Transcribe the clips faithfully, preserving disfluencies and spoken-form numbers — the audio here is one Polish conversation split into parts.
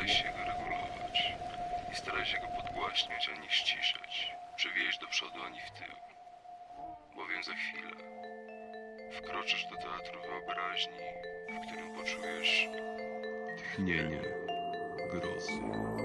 staraj się go regulować. Nie staraj się go podgłaśniać ani ściszać. Przewieźć do przodu ani w tył. Bowiem za chwilę wkroczysz do teatru wyobraźni, w którym poczujesz tchnienie grozy.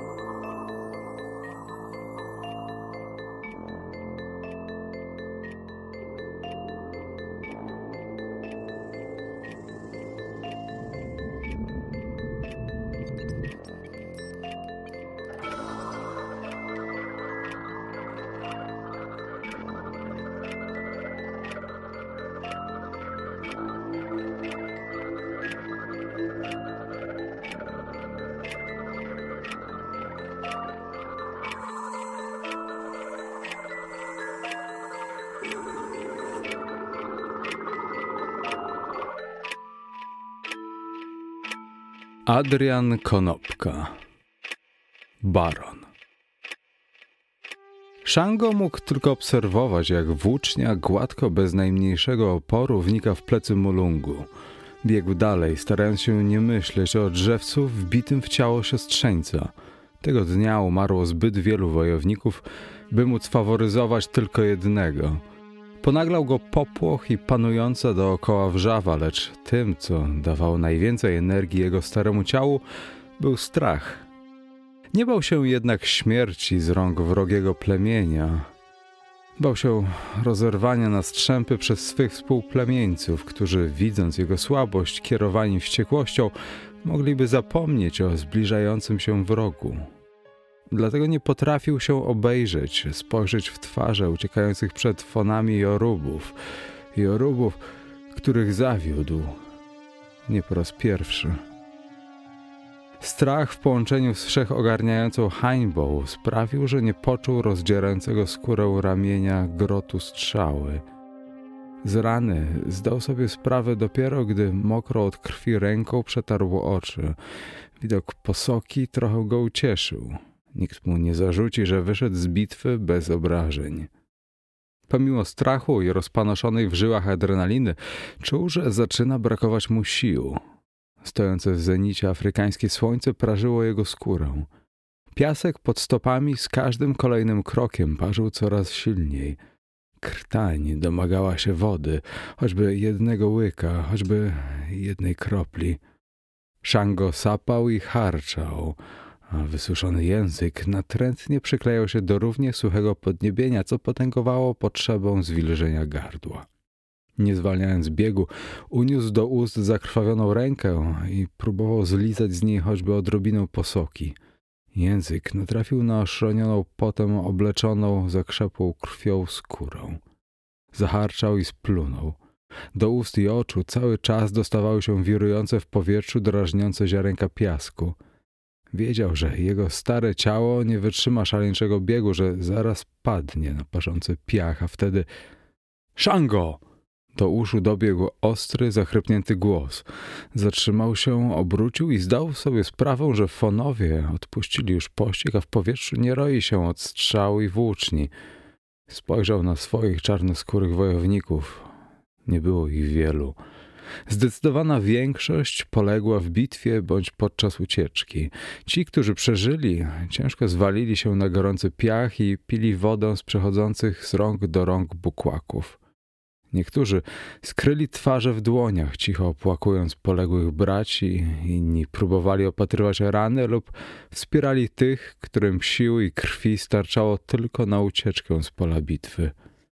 Adrian Konopka, Baron. Shango mógł tylko obserwować, jak włócznia gładko, bez najmniejszego oporu wnika w plecy Molungu. Biegł dalej, starając się nie myśleć o drzewcu wbitym w ciało siostrzeńca. Tego dnia umarło zbyt wielu wojowników, by móc faworyzować tylko jednego. Ponaglał go popłoch i panująca dookoła wrzawa, lecz tym, co dawało najwięcej energii jego staremu ciału, był strach. Nie bał się jednak śmierci z rąk wrogiego plemienia. Bał się rozerwania na strzępy przez swych współplemieńców, którzy, widząc jego słabość, kierowani wściekłością, mogliby zapomnieć o zbliżającym się wrogu. Dlatego nie potrafił się obejrzeć, spojrzeć w twarze uciekających przed fonami Jorubów. Jorubów, których zawiódł nie po raz pierwszy. Strach w połączeniu z wszechogarniającą hańbą sprawił, że nie poczuł rozdzierającego skórę ramienia grotu strzały. Z rany zdał sobie sprawę dopiero, gdy mokro od krwi ręką przetarł oczy. Widok posoki trochę go ucieszył. Nikt mu nie zarzuci, że wyszedł z bitwy bez obrażeń. Pomimo strachu i rozpanoszonej w żyłach adrenaliny, czuł, że zaczyna brakować mu sił. Stojące w zenicie afrykańskie słońce prażyło jego skórę. Piasek pod stopami z każdym kolejnym krokiem parzył coraz silniej. Krtań domagała się wody, choćby jednego łyka, choćby jednej kropli. Shango sapał i harczał, a wysuszony język natrętnie przyklejał się do równie suchego podniebienia, co potęgowało potrzebę zwilżenia gardła. Nie zwalniając biegu, uniósł do ust zakrwawioną rękę i próbował zlizać z niej choćby odrobinę posoki. Język natrafił na oszronioną potem obleczoną zakrzepłą krwią skórę. Zaharczał i splunął. Do ust i oczu cały czas dostawały się wirujące w powietrzu drażniące ziarenka piasku. Wiedział, że jego stare ciało nie wytrzyma szaleńczego biegu, że zaraz padnie na parzący piach, a wtedy... Shango! Do uszu dobiegł ostry, zachrypnięty głos. Zatrzymał się, obrócił i zdał sobie sprawę, że fonowie odpuścili już pościg, a w powietrzu nie roi się od strzał i włóczni. Spojrzał na swoich czarnoskórych wojowników. Nie było ich wielu. Zdecydowana większość poległa w bitwie bądź podczas ucieczki. Ci, którzy przeżyli, ciężko zwalili się na gorący piach i pili wodę z przechodzących z rąk do rąk bukłaków. Niektórzy skryli twarze w dłoniach, cicho opłakując poległych braci, inni próbowali opatrywać rany lub wspierali tych, którym sił i krwi starczało tylko na ucieczkę z pola bitwy.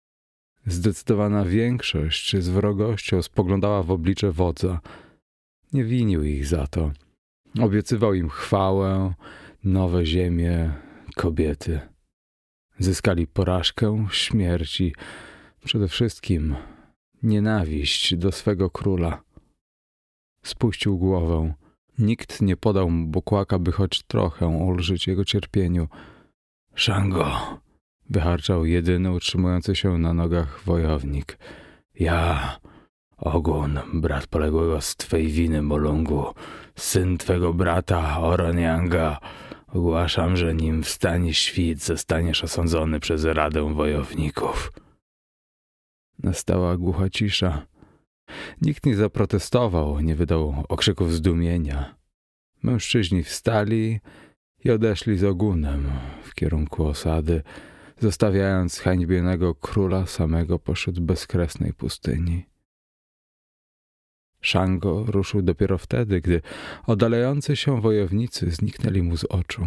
Zdecydowana większość z wrogością spoglądała w oblicze wodza. Nie winił ich za to. Obiecywał im chwałę, nowe ziemie, kobiety. Zyskali porażkę, śmierć i przede wszystkim nienawiść do swego króla. Spuścił głowę. Nikt nie podał mu bukłaka, by choć trochę ulżyć jego cierpieniu. Shango! Wycharczał jedyny utrzymujący się na nogach wojownik. Ja, Ogun, brat poległego z twej winy, Molungu, syn twego brata, Oranianga, ogłaszam, że nim wstanie świt, zostaniesz osądzony przez Radę Wojowników. Nastała głucha cisza. Nikt nie zaprotestował, nie wydał okrzyków zdumienia. Mężczyźni wstali i odeszli z ogunem w kierunku osady, zostawiając hańbionego króla samego pośród bezkresnej pustyni. Shango ruszył dopiero wtedy, gdy oddalający się wojownicy zniknęli mu z oczu.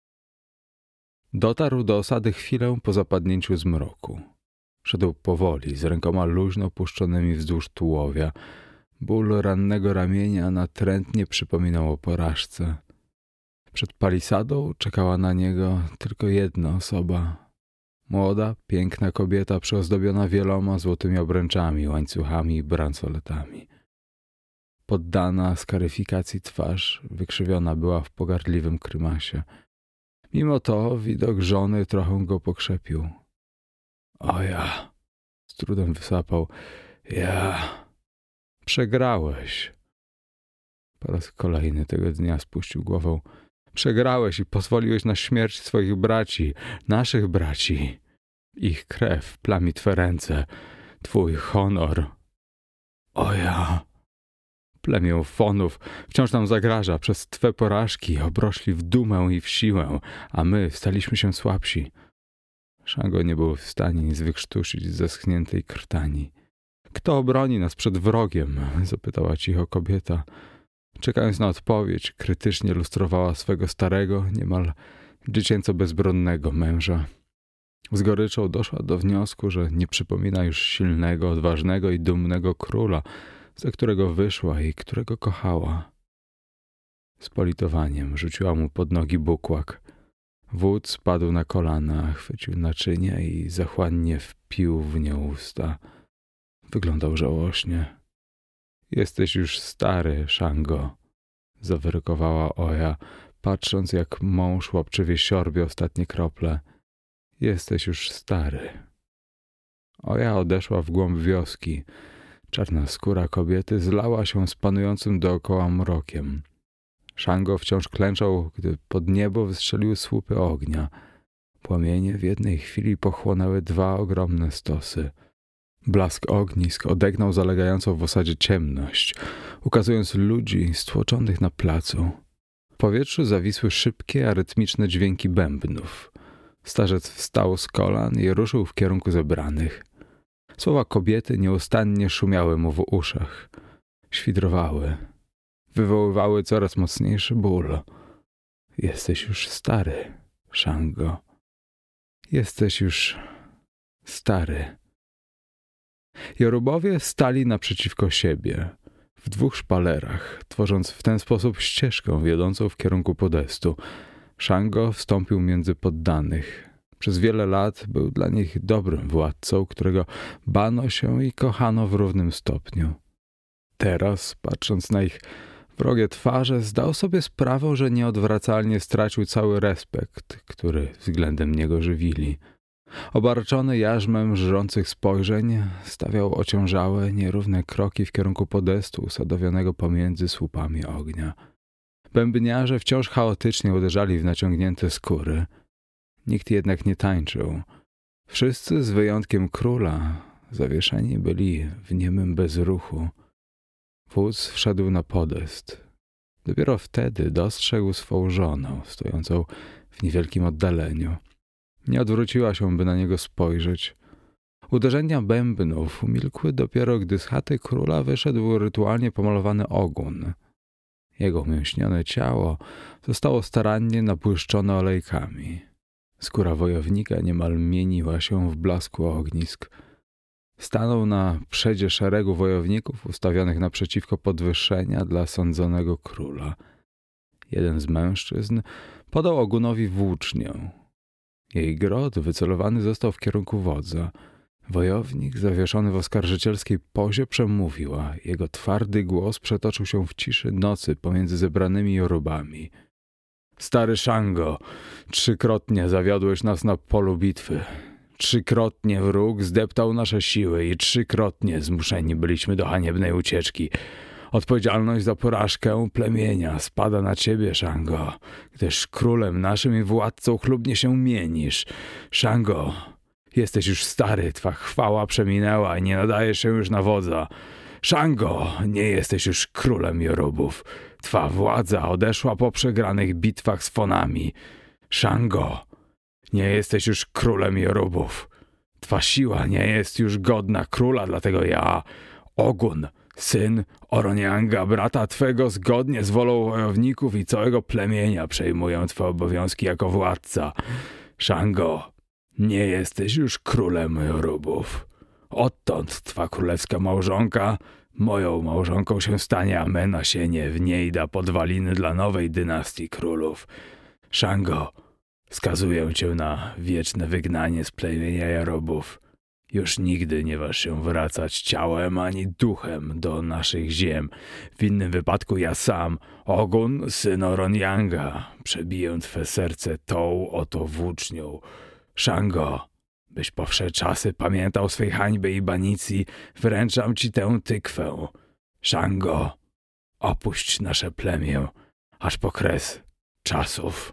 Dotarł do osady chwilę po zapadnięciu zmroku. Szedł powoli, z rękoma luźno puszczonymi wzdłuż tułowia. Ból rannego ramienia natrętnie przypominał o porażce. Przed palisadą czekała na niego tylko jedna osoba. Młoda, piękna kobieta przyozdobiona wieloma złotymi obręczami, łańcuchami i bransoletami. Poddana skaryfikacji twarz wykrzywiona była w pogardliwym grymasie. Mimo to widok żony trochę go pokrzepił. O ja! Z trudem wysapał. Ja! Przegrałeś! Po raz kolejny tego dnia spuścił głowę. Przegrałeś i pozwoliłeś na śmierć swoich braci, naszych braci. Ich krew plami twe ręce, twój honor. O ja! Plemię Fonów wciąż nam zagraża. Przez twe porażki obrośli w dumę i w siłę, a my staliśmy się słabsi. Shango nie był w stanie nic wykrztusić z zeschniętej krtani. Kto obroni nas przed wrogiem? Zapytała cicho kobieta. Czekając na odpowiedź, krytycznie lustrowała swego starego, niemal dziecięco bezbronnego męża. Z goryczą doszła do wniosku, że nie przypomina już silnego, odważnego i dumnego króla, za którego wyszła i którego kochała. Z politowaniem rzuciła mu pod nogi bukłak. Wódz spadł na kolana, chwycił naczynie i zachłannie wpił w nie usta. Wyglądał żałośnie. Jesteś już stary, Shango, zawyrykowała Oja, patrząc jak mąż łapczywie siorbie ostatnie krople. Jesteś już stary. Oja odeszła w głąb wioski. Czarna skóra kobiety zlała się z panującym dookoła mrokiem. Shango wciąż klęczał, gdy pod niebo wystrzeliły słupy ognia. Płomienie w jednej chwili pochłonęły dwa ogromne stosy. Blask ognisk odegnał zalegającą w osadzie ciemność, ukazując ludzi stłoczonych na placu. W powietrzu zawisły szybkie, arytmiczne dźwięki bębnów. Starzec wstał z kolan i ruszył w kierunku zebranych. Słowa kobiety nieustannie szumiały mu w uszach. Świdrowały. Wywoływały coraz mocniejszy ból. Jesteś już stary, Shango. Jesteś już stary. Jorubowie stali naprzeciwko siebie, w dwóch szpalerach, tworząc w ten sposób ścieżkę wiodącą w kierunku podestu. Shango wstąpił między poddanych. Przez wiele lat był dla nich dobrym władcą, którego bano się i kochano w równym stopniu. Teraz, patrząc na ich wrogie twarze, zdał sobie sprawę, że nieodwracalnie stracił cały respekt, który względem niego żywili. Obarczony jarzmem żrących spojrzeń, stawiał ociężałe, nierówne kroki w kierunku podestu usadowionego pomiędzy słupami ognia. Bębniarze wciąż chaotycznie uderzali w naciągnięte skóry. Nikt jednak nie tańczył. Wszyscy, z wyjątkiem króla, zawieszeni byli w niemym bezruchu. Wódz wszedł na podest. Dopiero wtedy dostrzegł swą żonę, stojącą w niewielkim oddaleniu. Nie odwróciła się, by na niego spojrzeć. Uderzenia bębnów umilkły dopiero, gdy z chaty króla wyszedł rytualnie pomalowany ogun. Jego umięśnione ciało zostało starannie napłyszczone olejkami. Skóra wojownika niemal mieniła się w blasku ognisk. Stanął na przedzie szeregu wojowników ustawionych naprzeciwko podwyższenia dla sądzonego króla. Jeden z mężczyzn podał ogunowi włócznię. Jej grot wycelowany został w kierunku wodza. Wojownik, zawieszony w oskarżycielskiej pozie, przemówił, a jego twardy głos przetoczył się w ciszy nocy pomiędzy zebranymi Jorubami. Stary Shango, trzykrotnie zawiodłeś nas na polu bitwy. Trzykrotnie wróg zdeptał nasze siły i trzykrotnie zmuszeni byliśmy do haniebnej ucieczki. Odpowiedzialność za porażkę plemienia spada na ciebie, Shango, gdyż królem naszym i władcą chlubnie się mienisz. Shango, jesteś już stary, twa chwała przeminęła i nie nadajesz się już na wodza. Shango, nie jesteś już królem Jorubów. Twa władza odeszła po przegranych bitwach z Fonami. Shango, nie jesteś już królem Jorubów. Twa siła nie jest już godna króla, dlatego ja, Ogun, syn Oronianga, brata twego, zgodnie z wolą wojowników i całego plemienia przejmuję twe obowiązki jako władca. Shango, nie jesteś już królem Jorubów. Odtąd twa królewska małżonka moją małżonką się stanie, a me nasienie w niej da podwaliny dla nowej dynastii królów. Shango, skazuję cię na wieczne wygnanie z plemienia Jarobów. Już nigdy nie waż się wracać ciałem ani duchem do naszych ziem. W innym wypadku ja sam, Ogun, syn Oronianga, przebiję twe serce tą oto włócznią. Shango, byś po wsze czasy pamiętał swej hańby i banicji, wręczam ci tę tykwę. Shango, opuść nasze plemię, aż po kres czasów.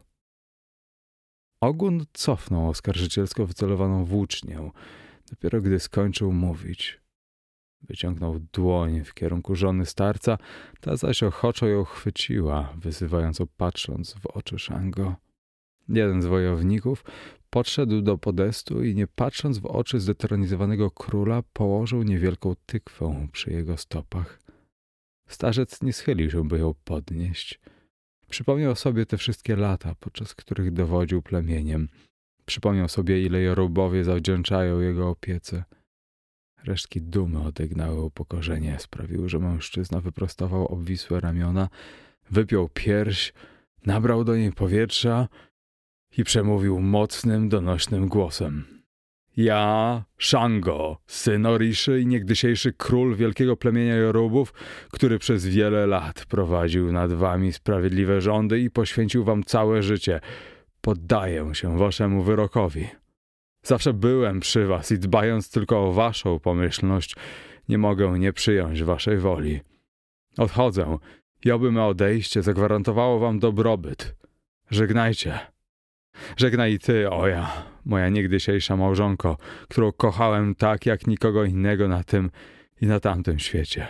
Ogun cofnął oskarżycielsko wycelowaną włócznię. Dopiero gdy skończył mówić, wyciągnął dłoń w kierunku żony starca, ta zaś ochoczo ją chwyciła, wyzywająco patrząc w oczy Shango. Jeden z wojowników podszedł do podestu i nie patrząc w oczy zdetronizowanego króla, położył niewielką tykwę przy jego stopach. Starzec nie schylił się, by ją podnieść. Przypomniał sobie te wszystkie lata, podczas których dowodził plemieniem. Przypomniał sobie, ile Jorubowie zawdzięczają jego opiece. Resztki dumy odegnały upokorzenie, sprawiły, że mężczyzna wyprostował obwisłe ramiona, wypiął pierś, nabrał do niej powietrza i przemówił mocnym, donośnym głosem. Ja, Shango, syn Oriszy i niegdysiejszy król wielkiego plemienia Jorubów, który przez wiele lat prowadził nad wami sprawiedliwe rządy i poświęcił wam całe życie, poddaję się waszemu wyrokowi. Zawsze byłem przy was i dbając tylko o waszą pomyślność, nie mogę nie przyjąć waszej woli. Odchodzę i oby me odejście zagwarantowało wam dobrobyt. Żegnajcie. Żegnaj i ty, Oja, moja niegdysiejsza małżonko, którą kochałem tak jak nikogo innego na tym i na tamtym świecie.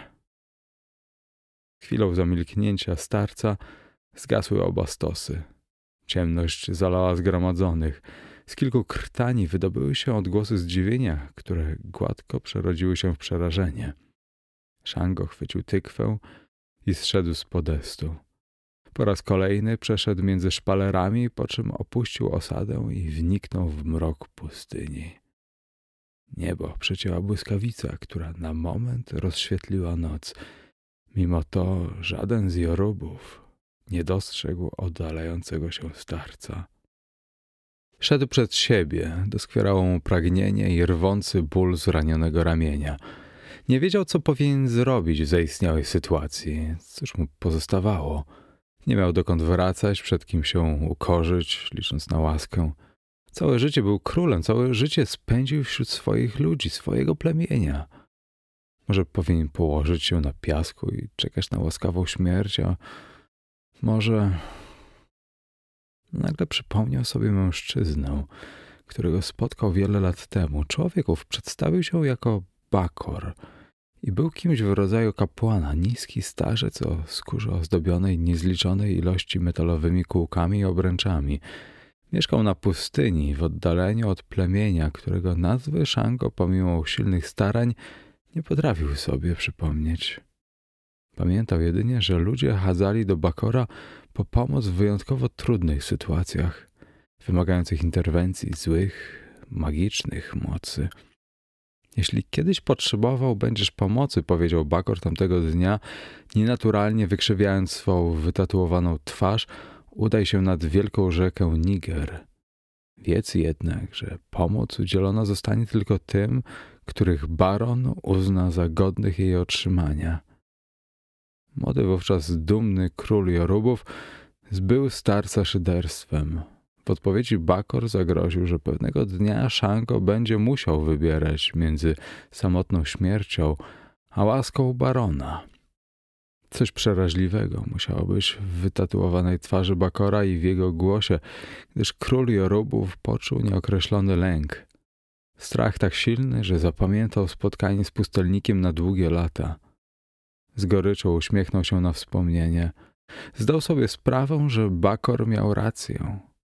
Chwilą zamilknięcia starca zgasły oba stosy. Ciemność zalała zgromadzonych. Z kilku krtani wydobyły się odgłosy zdziwienia, które gładko przerodziły się w przerażenie. Shango chwycił tykwę i zszedł z podestu. Po raz kolejny przeszedł między szpalerami, po czym opuścił osadę i wniknął w mrok pustyni. Niebo przecięła błyskawica, która na moment rozświetliła noc. Mimo to żaden z Jorubów nie dostrzegł oddalającego się starca. Szedł przed siebie, doskwierało mu pragnienie i rwący ból zranionego ramienia. Nie wiedział, co powinien zrobić w zaistniałej sytuacji. Cóż mu pozostawało? Nie miał dokąd wracać, przed kim się ukorzyć, licząc na łaskę. Całe życie był królem, całe życie spędził wśród swoich ludzi, swojego plemienia. Może powinien położyć się na piasku i czekać na łaskawą śmierć, a może... Nagle przypomniał sobie mężczyznę, którego spotkał wiele lat temu. Człowiek ów przedstawił się jako Bakor i był kimś w rodzaju kapłana, niski starzec o skórze ozdobionej niezliczonej ilości metalowymi kółkami i obręczami. Mieszkał na pustyni, w oddaleniu od plemienia, którego nazwy Shango pomimo usilnych starań nie potrafił sobie przypomnieć. Pamiętał jedynie, że ludzie chadzali do Bakora po pomoc w wyjątkowo trudnych sytuacjach, wymagających interwencji złych, magicznych mocy. Jeśli kiedyś potrzebował będziesz pomocy, powiedział Bakor tamtego dnia, nienaturalnie wykrzywiając swą wytatuowaną twarz, udaj się nad wielką rzekę Niger. Wiedz jednak, że pomoc udzielona zostanie tylko tym, których baron uzna za godnych jej otrzymania. Młody wówczas dumny król Jorubów zbył starca szyderstwem. W odpowiedzi Bakor zagroził, że pewnego dnia Shango będzie musiał wybierać między samotną śmiercią a łaską barona. Coś przeraźliwego musiało być w wytatuowanej twarzy Bakora i w jego głosie, gdyż król Jorubów poczuł nieokreślony lęk. Strach tak silny, że zapamiętał spotkanie z pustelnikiem na długie lata. Z goryczą uśmiechnął się na wspomnienie. Zdał sobie sprawę, że Bakor miał rację.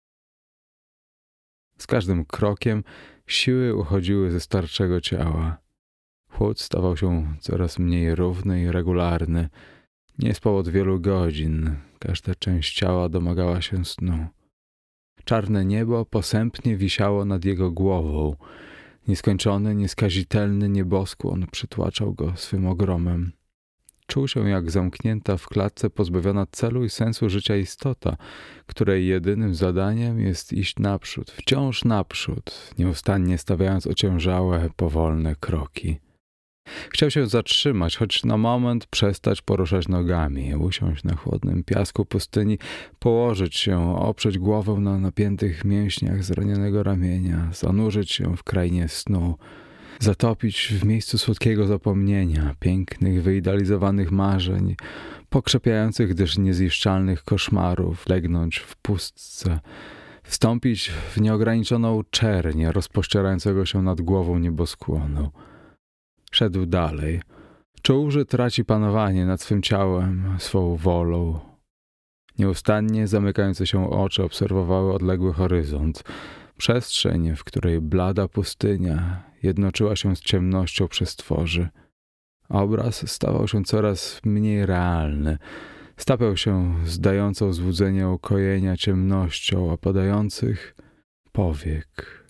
Z każdym krokiem siły uchodziły ze starczego ciała. Chłód stawał się coraz mniej równy i regularny. Nie spał od wielu godzin. Każda część ciała domagała się snu. Czarne niebo posępnie wisiało nad jego głową. Nieskończony, nieskazitelny nieboskłon przytłaczał go swym ogromem. Czuł się jak zamknięta w klatce, pozbawiona celu i sensu życia istota, której jedynym zadaniem jest iść naprzód, wciąż naprzód, nieustannie stawiając ociężałe, powolne kroki. Chciał się zatrzymać, choć na moment przestać poruszać nogami, usiąść na chłodnym piasku pustyni, położyć się, oprzeć głowę na napiętych mięśniach zranionego ramienia, zanurzyć się w krainie snu, zatopić w miejscu słodkiego zapomnienia, pięknych, wyidealizowanych marzeń, pokrzepiających gdyż nieziszczalnych koszmarów, legnąć w pustce, wstąpić w nieograniczoną czernię rozpościerającego się nad głową nieboskłonu. Szedł dalej. Czuł, że traci panowanie nad swym ciałem, swą wolą. Nieustannie zamykające się oczy obserwowały odległy horyzont, przestrzeń, w której blada pustynia jednoczyła się z ciemnością przestworzy. Obraz stawał się coraz mniej realny. Stapiał się zdającą złudzenie ukojenia ciemnością opadających powiek.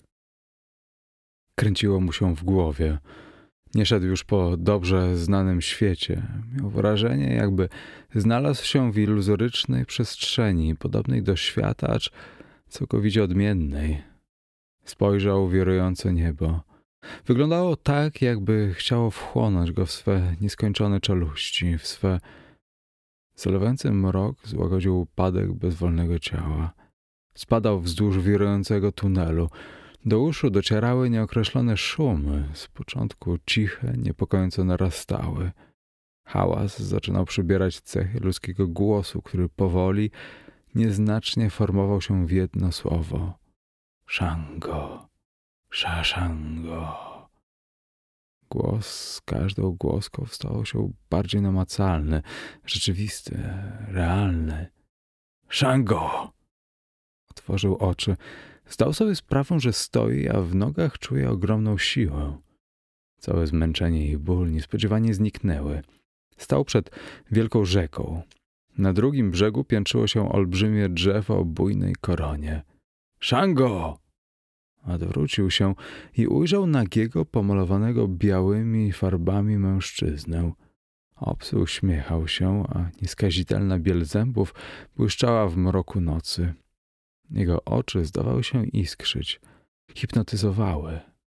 Kręciło mu się w głowie. Nie szedł już po dobrze znanym świecie. Miał wrażenie, jakby znalazł się w iluzorycznej przestrzeni, podobnej do świata, acz całkowicie odmiennej. Spojrzał w wirujące niebo. Wyglądało tak, jakby chciało wchłonąć go w swe nieskończone czeluści, w swe... Zalewający mrok złagodził upadek bezwolnego ciała. Spadał wzdłuż wirującego tunelu. Do uszu docierały nieokreślone szumy, z początku ciche, niepokojąco narastały. Hałas zaczynał przybierać cechy ludzkiego głosu, który powoli, nieznacznie formował się w jedno słowo. Shango, Shashango. Głos z każdą głoską stawał się bardziej namacalny, rzeczywisty, realny. Shango! Otworzył oczy. Zdał sobie sprawę, że stoi, a w nogach czuje ogromną siłę. Całe zmęczenie i ból niespodziewanie zniknęły. Stał przed wielką rzeką. Na drugim brzegu piętrzyło się olbrzymie drzewo o bujnej koronie. Shango! Odwrócił się i ujrzał nagiego, pomalowanego białymi farbami mężczyznę. Obcy uśmiechał się, a nieskazitelna biel zębów błyszczała w mroku nocy. Jego oczy zdawały się iskrzyć, hipnotyzowały.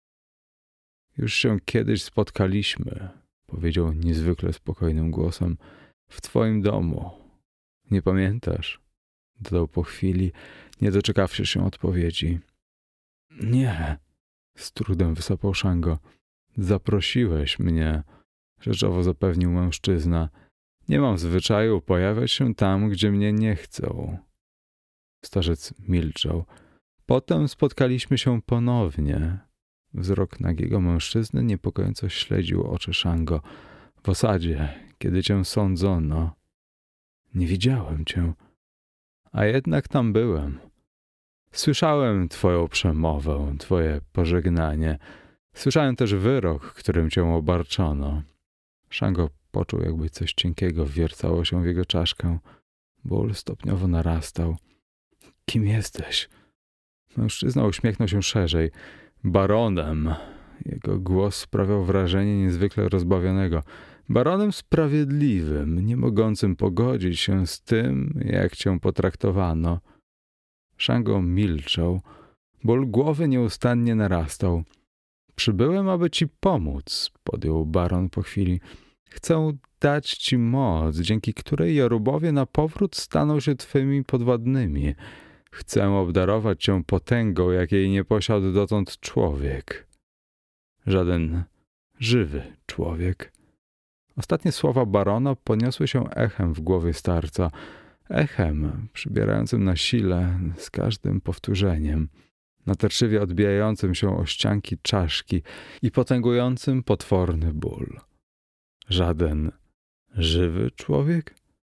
Już się kiedyś spotkaliśmy, powiedział niezwykle spokojnym głosem, w twoim domu. Nie pamiętasz? Dodał po chwili, nie doczekawszy się odpowiedzi. Nie, z trudem wysapał Shango. Zaprosiłeś mnie, rzeczowo zapewnił mężczyzna. Nie mam zwyczaju pojawiać się tam, gdzie mnie nie chcą. Starzec milczał. Potem spotkaliśmy się ponownie. Wzrok nagiego mężczyzny niepokojąco śledził oczy Shango. W osadzie, kiedy cię sądzono. Nie widziałem cię. A jednak tam byłem. Słyszałem twoją przemowę, twoje pożegnanie. Słyszałem też wyrok, którym cię obarczono. Shango poczuł, jakby coś cienkiego wwiercało się w jego czaszkę. Ból stopniowo narastał. Kim jesteś? Mężczyzna uśmiechnął się szerzej. Baronem. Jego głos sprawiał wrażenie niezwykle rozbawionego. Baronem sprawiedliwym, nie mogącym pogodzić się z tym, jak cię potraktowano. Shango milczał. Ból głowy nieustannie narastał. Przybyłem, aby ci pomóc, podjął baron po chwili. Chcę dać ci moc, dzięki której Jorubowie na powrót staną się twymi podwładnymi. Chcę obdarować cię potęgą, jakiej nie posiadł dotąd człowiek. Żaden żywy człowiek. Ostatnie słowa barona poniosły się echem w głowie starca. Echem przybierającym na sile z każdym powtórzeniem. Natarczywie odbijającym się o ścianki czaszki i potęgującym potworny ból. Żaden żywy człowiek?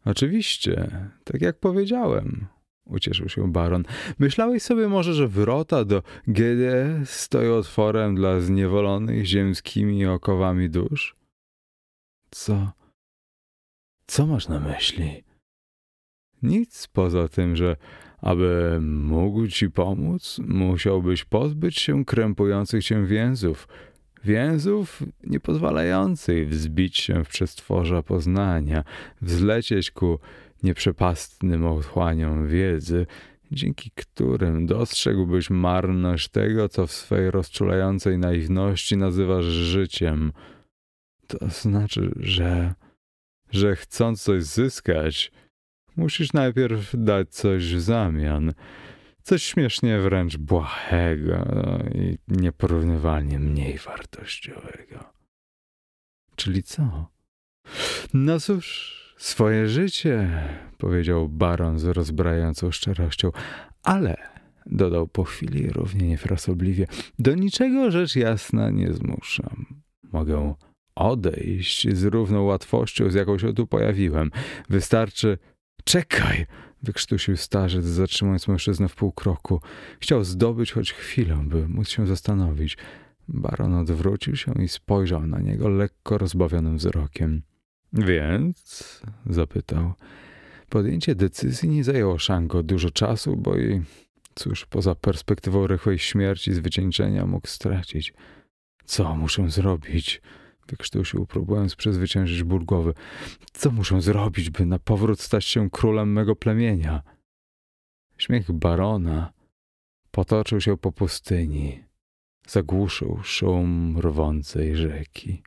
Oczywiście, tak jak powiedziałem, ucieszył się baron. Myślałeś sobie może, że wrota do Gede stoją otworem dla zniewolonych ziemskimi okowami dusz? Co? Co masz na myśli? Nic poza tym, że aby mógł ci pomóc, musiałbyś pozbyć się krępujących cię więzów. Więzów nie pozwalających wzbić się w przestworza poznania, wzlecieć ku nieprzepastnym otchłaniom wiedzy, dzięki którym dostrzegłbyś marność tego, co w swej rozczulającej naiwności nazywasz życiem. To znaczy, że, że chcąc coś zyskać, musisz najpierw dać coś w zamian. Coś śmiesznie wręcz błahego i nieporównywalnie mniej wartościowego. Czyli co? No cóż, swoje życie, powiedział baron z rozbrajającą szczerością, ale, dodał po chwili równie niefrasobliwie, do niczego rzecz jasna nie zmuszam. Mogę odejść z równą łatwością, z jaką się tu pojawiłem. Wystarczy... Czekaj! Wykrztusił starzec, zatrzymując mężczyznę w pół kroku. Chciał zdobyć choć chwilę, by móc się zastanowić. Baron odwrócił się i spojrzał na niego lekko rozbawionym wzrokiem. Więc? Zapytał. Podjęcie decyzji nie zajęło Shango dużo czasu, bo i cóż, poza perspektywą rychłej śmierci z wycieńczenia mógł stracić. Co muszę zrobić? Wykrztusił, próbując przezwyciężyć ból głowy. Co muszę zrobić, by na powrót stać się królem mego plemienia? Śmiech barona potoczył się po pustyni. Zagłuszył szum rwącej rzeki.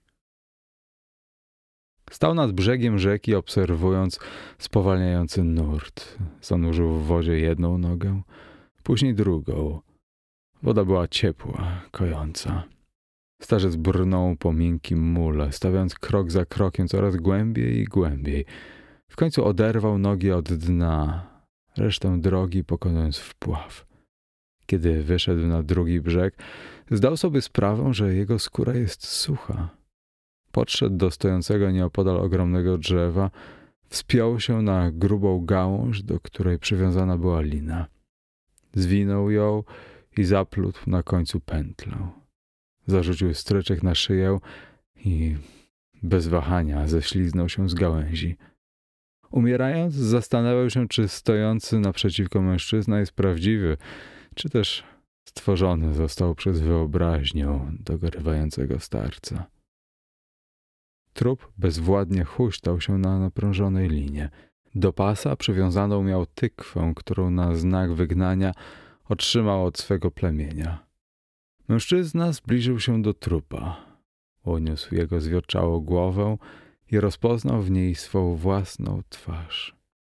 Stał nad brzegiem rzeki, obserwując spowalniający nurt. Zanurzył w wodzie jedną nogę, później drugą. Woda była ciepła, kojąca. Starzec brnął po miękkim mule, stawiając krok za krokiem coraz głębiej i głębiej. W końcu oderwał nogi od dna, resztę drogi pokonując wpław. Kiedy wyszedł na drugi brzeg, zdał sobie sprawę, że jego skóra jest sucha. Podszedł do stojącego nieopodal ogromnego drzewa, wspiął się na grubą gałąź, do której przywiązana była lina. Zwinął ją i zaplótł na końcu pętlę. Zarzucił stryczek na szyję i bez wahania ześliznął się z gałęzi. Umierając, zastanawiał się, czy stojący naprzeciwko mężczyzna jest prawdziwy, czy też stworzony został przez wyobraźnię dogorywającego starca. Trup bezwładnie huśtał się na naprężonej linie. Do pasa przywiązaną miał tykwę, którą na znak wygnania otrzymał od swego plemienia. Mężczyzna zbliżył się do trupa. Uniósł jego zwiotczałą głowę i rozpoznał w niej swą własną twarz.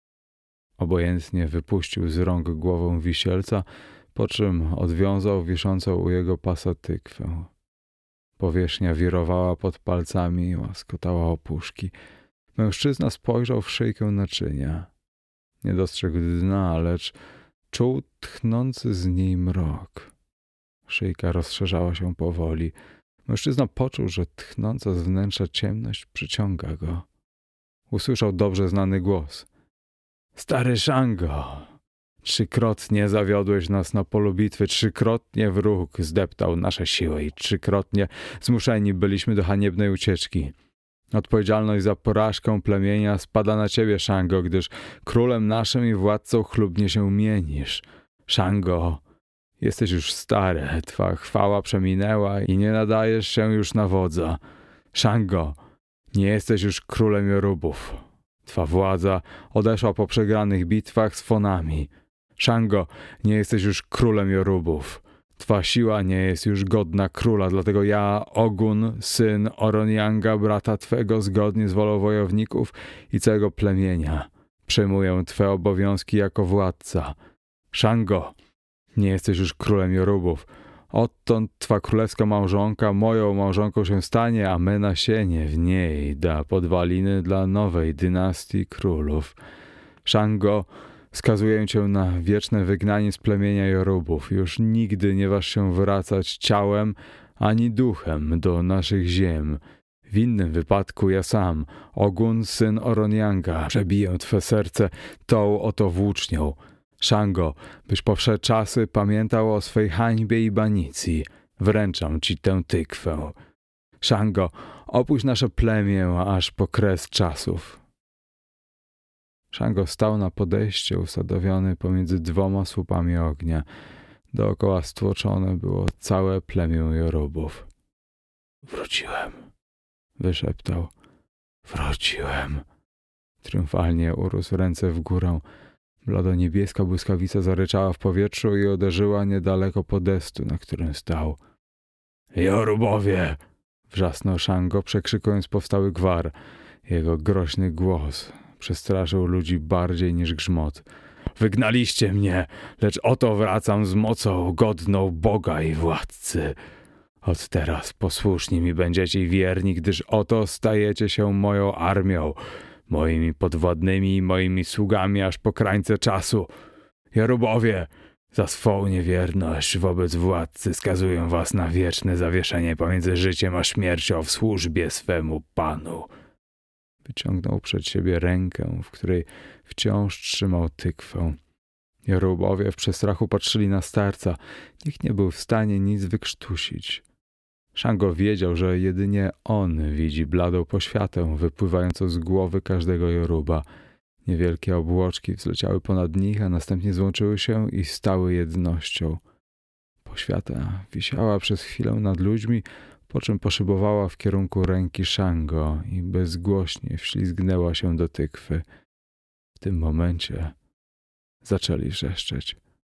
Obojętnie wypuścił z rąk głowę wisielca, po czym odwiązał wiszącą u jego pasa tykwę. Powierzchnia wirowała pod palcami i łaskotała opuszki. Mężczyzna spojrzał w szyjkę naczynia. Nie dostrzegł dna, lecz czuł tchnący z niej mrok. Szyjka rozszerzała się powoli. Mężczyzna poczuł, że tchnąca z wnętrza ciemność przyciąga go. Usłyszał dobrze znany głos. Stary Shango! Trzykrotnie zawiodłeś nas na polu bitwy, trzykrotnie wróg zdeptał nasze siły i trzykrotnie zmuszeni byliśmy do haniebnej ucieczki. Odpowiedzialność za porażkę plemienia spada na ciebie, Shango, gdyż królem naszym i władcą chlubnie się mienisz. Shango, jesteś już stary, twa chwała przeminęła i nie nadajesz się już na wodza. Shango, nie jesteś już królem Jorubów. Twa władza odeszła po przegranych bitwach z Fonami. Shango, nie jesteś już królem Jorubów. Twa siła nie jest już godna króla, dlatego ja, Ogun, syn Oronianga, brata twego, zgodnie z wolą wojowników i całego plemienia, przejmuję twe obowiązki jako władca. Shango, nie jesteś już królem Jorubów. Odtąd twa królewska małżonka moją małżonką się stanie, a me nasienie w niej da podwaliny dla nowej dynastii królów. Shango, skazuję cię na wieczne wygnanie z plemienia Jorubów. Już nigdy nie waż się wracać ciałem ani duchem do naszych ziem. W innym wypadku ja sam, Ogun, syn Oronianga, przebiję twe serce tą oto włócznią. Shango, byś po wsze czasy pamiętał o swej hańbie i banicji. Wręczam ci tę tykwę. Shango, opuść nasze plemię aż po kres czasów. Shango stał na podejście usadowiony pomiędzy dwoma słupami ognia. Dookoła stłoczone było całe plemię Jorubów. Wróciłem, wyszeptał. Wróciłem. Triumfalnie urósł ręce w górę. Blado-niebieska błyskawica zaryczała w powietrzu i uderzyła niedaleko podestu, na którym stał. Jorubowie! Wrzasnął Shango, przekrzykując powstały gwar. Jego groźny głos przestraszył ludzi bardziej niż grzmot. Wygnaliście mnie, lecz oto wracam z mocą godną Boga i władcy. Od teraz posłuszni mi będziecie i wierni, gdyż oto stajecie się moją armią, moimi podwładnymi i moimi sługami aż po krańce czasu. Jorubowie, za swą niewierność wobec władcy skazuję was na wieczne zawieszenie pomiędzy życiem a śmiercią w służbie swemu Panu. Wyciągnął przed siebie rękę, w której wciąż trzymał tykwę. Jorubowie w przestrachu patrzyli na starca. Nikt nie był w stanie nic wykrztusić. Shango wiedział, że jedynie on widzi bladą poświatę wypływającą z głowy każdego Joruba. Niewielkie obłoczki wzleciały ponad nich, a następnie złączyły się i stały jednością. Poświata wisiała przez chwilę nad ludźmi, po czym poszybowała w kierunku ręki Shango i bezgłośnie wślizgnęła się do tykwy. W tym momencie zaczęli wrzeszczeć.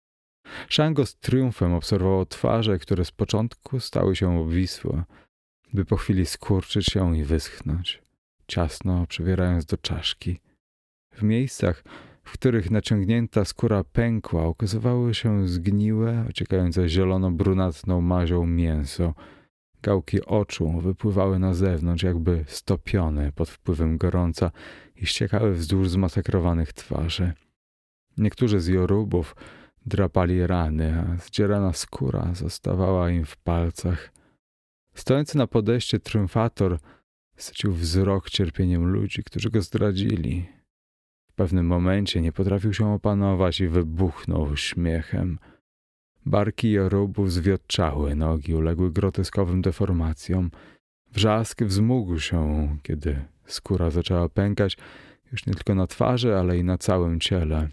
Shango z triumfem obserwował twarze, które z początku stały się obwisłe, by po chwili skurczyć się i wyschnąć, ciasno przywierając do czaszki. W miejscach, w których naciągnięta skóra pękła, ukazywały się zgniłe, ociekające zielono-brunatną mazią mięso. Gałki oczu wypływały na zewnątrz, jakby stopione pod wpływem gorąca i ściekały wzdłuż zmasakrowanych twarzy. Niektórzy z Jorubów drapali rany, a zdzierana skóra zostawała im w palcach. Stojący na podejście triumfator sycił wzrok cierpieniem ludzi, którzy go zdradzili. W pewnym momencie nie potrafił się opanować i wybuchnął śmiechem. Barki Jorubów zwiotczały, nogi uległy groteskowym deformacjom. Wrzask wzmógł się, kiedy skóra zaczęła pękać już nie tylko na twarzy, ale i na całym ciele.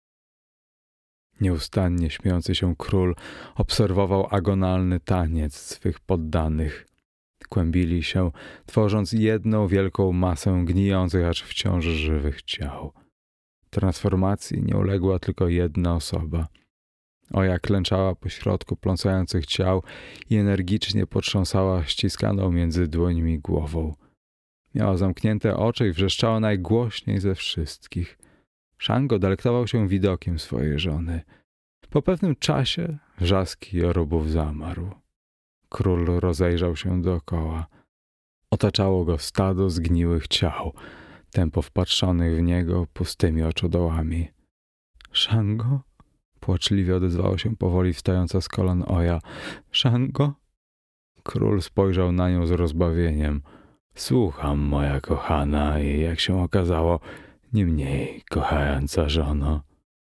Nieustannie śmiejący się król obserwował agonalny taniec swych poddanych. Kłębili się, tworząc jedną wielką masę gnijących aż wciąż żywych ciał. Transformacji nie uległa tylko jedna osoba. Oja klęczała pośrodku pląsających ciał i energicznie potrząsała ściskaną między dłońmi głową. Miała zamknięte oczy i wrzeszczała najgłośniej ze wszystkich. Shango delektował się widokiem swojej żony. Po pewnym czasie wrzask Jorubów zamarł. Król rozejrzał się dookoła. Otaczało go stado zgniłych ciał, tępo wpatrzonych w niego pustymi oczodołami. Shango? Płaczliwie odezwała się powoli wstająca z kolan Oja. Shango? Król spojrzał na nią z rozbawieniem. Słucham, moja kochana i jak się okazało, nie mniej kochająca żono.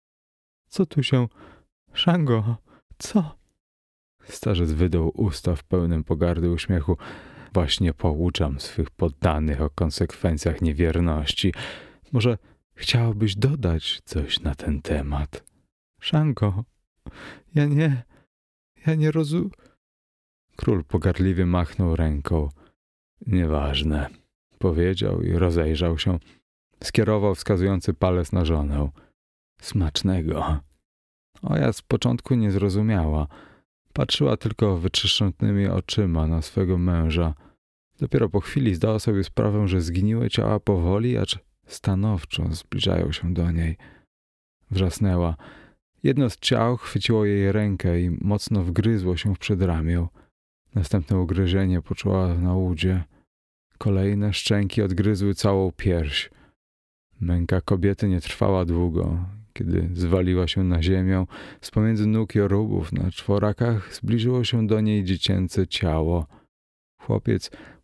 Co tu się... Shango, co? Starzec wydał usta w pełnym pogardy uśmiechu. Właśnie pouczam swych poddanych o konsekwencjach niewierności. Może chciałabyś dodać coś na ten temat? Shango, ja nie... ja nie rozumiem... Król pogardliwie machnął ręką. Nieważne, powiedział i rozejrzał się. Skierował wskazujący palec na żonę. Smacznego. Oja z początku nie zrozumiała. Patrzyła tylko wytrzeszczonymi oczyma na swego męża. Dopiero po chwili zdała sobie sprawę, że zgniłe ciała powoli, acz stanowczo zbliżają się do niej. Wrzasnęła. Jedno z ciał chwyciło jej rękę i mocno wgryzło się w przedramię. Następne ugryzienie poczuła na udzie. Kolejne szczęki odgryzły całą pierś. Męka kobiety nie trwała długo. Kiedy zwaliła się na ziemię, z pomiędzy nóg Jorubów na czworakach zbliżyło się do niej dziecięce ciało. Chłopiec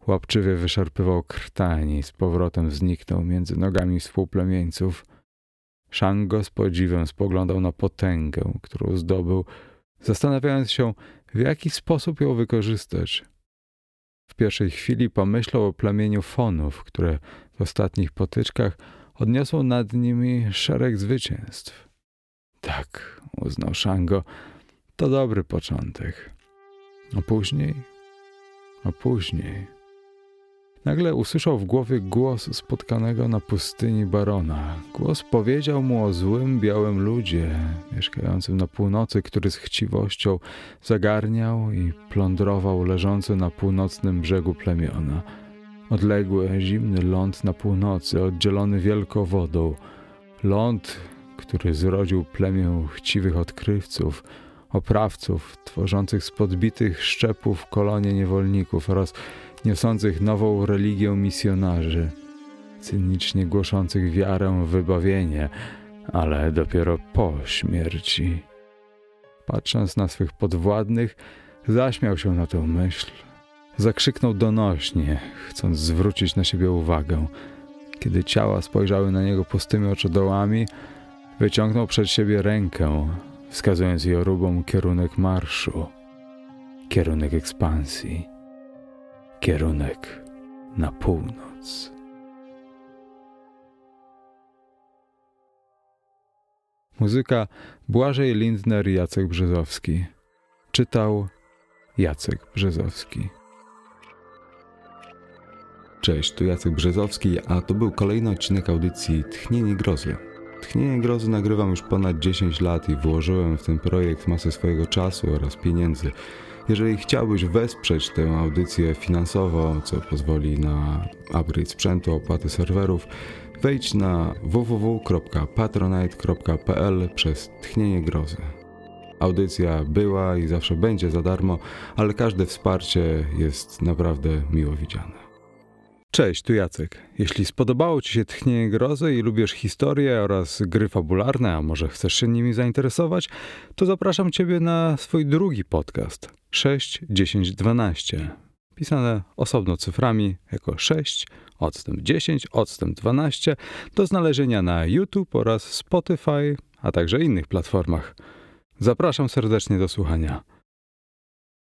Łapczywie wyszarpywał krtań i z powrotem zniknął między nogami współplemieńców. Shango z podziwem spoglądał na potęgę, którą zdobył, zastanawiając się, w jaki sposób ją wykorzystać. W pierwszej chwili pomyślał o plemieniu Fonów, które w ostatnich potyczkach odniosło nad nimi szereg zwycięstw. Tak, uznał Shango, to dobry początek. A później? A później... Nagle usłyszał w głowie głos spotkanego na pustyni barona. Głos powiedział mu o złym, białym ludzie mieszkającym na północy, który z chciwością zagarniał i plądrował leżące na północnym brzegu plemiona. Odległy, zimny ląd na północy, oddzielony wielką wodą. Ląd, który zrodził plemię chciwych odkrywców, oprawców, tworzących z podbitych szczepów kolonie niewolników oraz niosących nową religię misjonarzy, cynicznie głoszących wiarę w wybawienie, ale dopiero po śmierci. Patrząc na swych podwładnych, zaśmiał się na tę myśl. Zakrzyknął donośnie, chcąc zwrócić na siebie uwagę. Kiedy ciała spojrzały na niego pustymi oczodołami, wyciągnął przed siebie rękę, wskazując jorubom kierunek marszu, kierunek ekspansji, kierunek na północ. Muzyka Błażej Lindner i Jacek Brzezowski. Czytał Jacek Brzezowski. Cześć, tu Jacek Brzezowski, a to był kolejny odcinek audycji Tchnienie Grozy. Tchnienie Grozy nagrywam już ponad dziesięć lat i włożyłem w ten projekt masę swojego czasu oraz pieniędzy. Jeżeli chciałbyś wesprzeć tę audycję finansowo, co pozwoli na upgrade sprzętu, opłaty serwerów, wejdź na w w w kropka patronite kropka p l przez Tchnienie Grozy. Audycja była i zawsze będzie za darmo, ale każde wsparcie jest naprawdę miło widziane. Cześć, tu Jacek. Jeśli spodobało Ci się Tchnienie Grozy i lubisz historię oraz gry fabularne, a może chcesz się nimi zainteresować, to zapraszam Ciebie na swój drugi podcast sześć, dziesięć, dwanaście. Pisane osobno cyframi jako sześć, odstęp dziesięć, odstęp dwanaście do znalezienia na YouTube oraz Spotify, a także innych platformach. Zapraszam serdecznie do słuchania.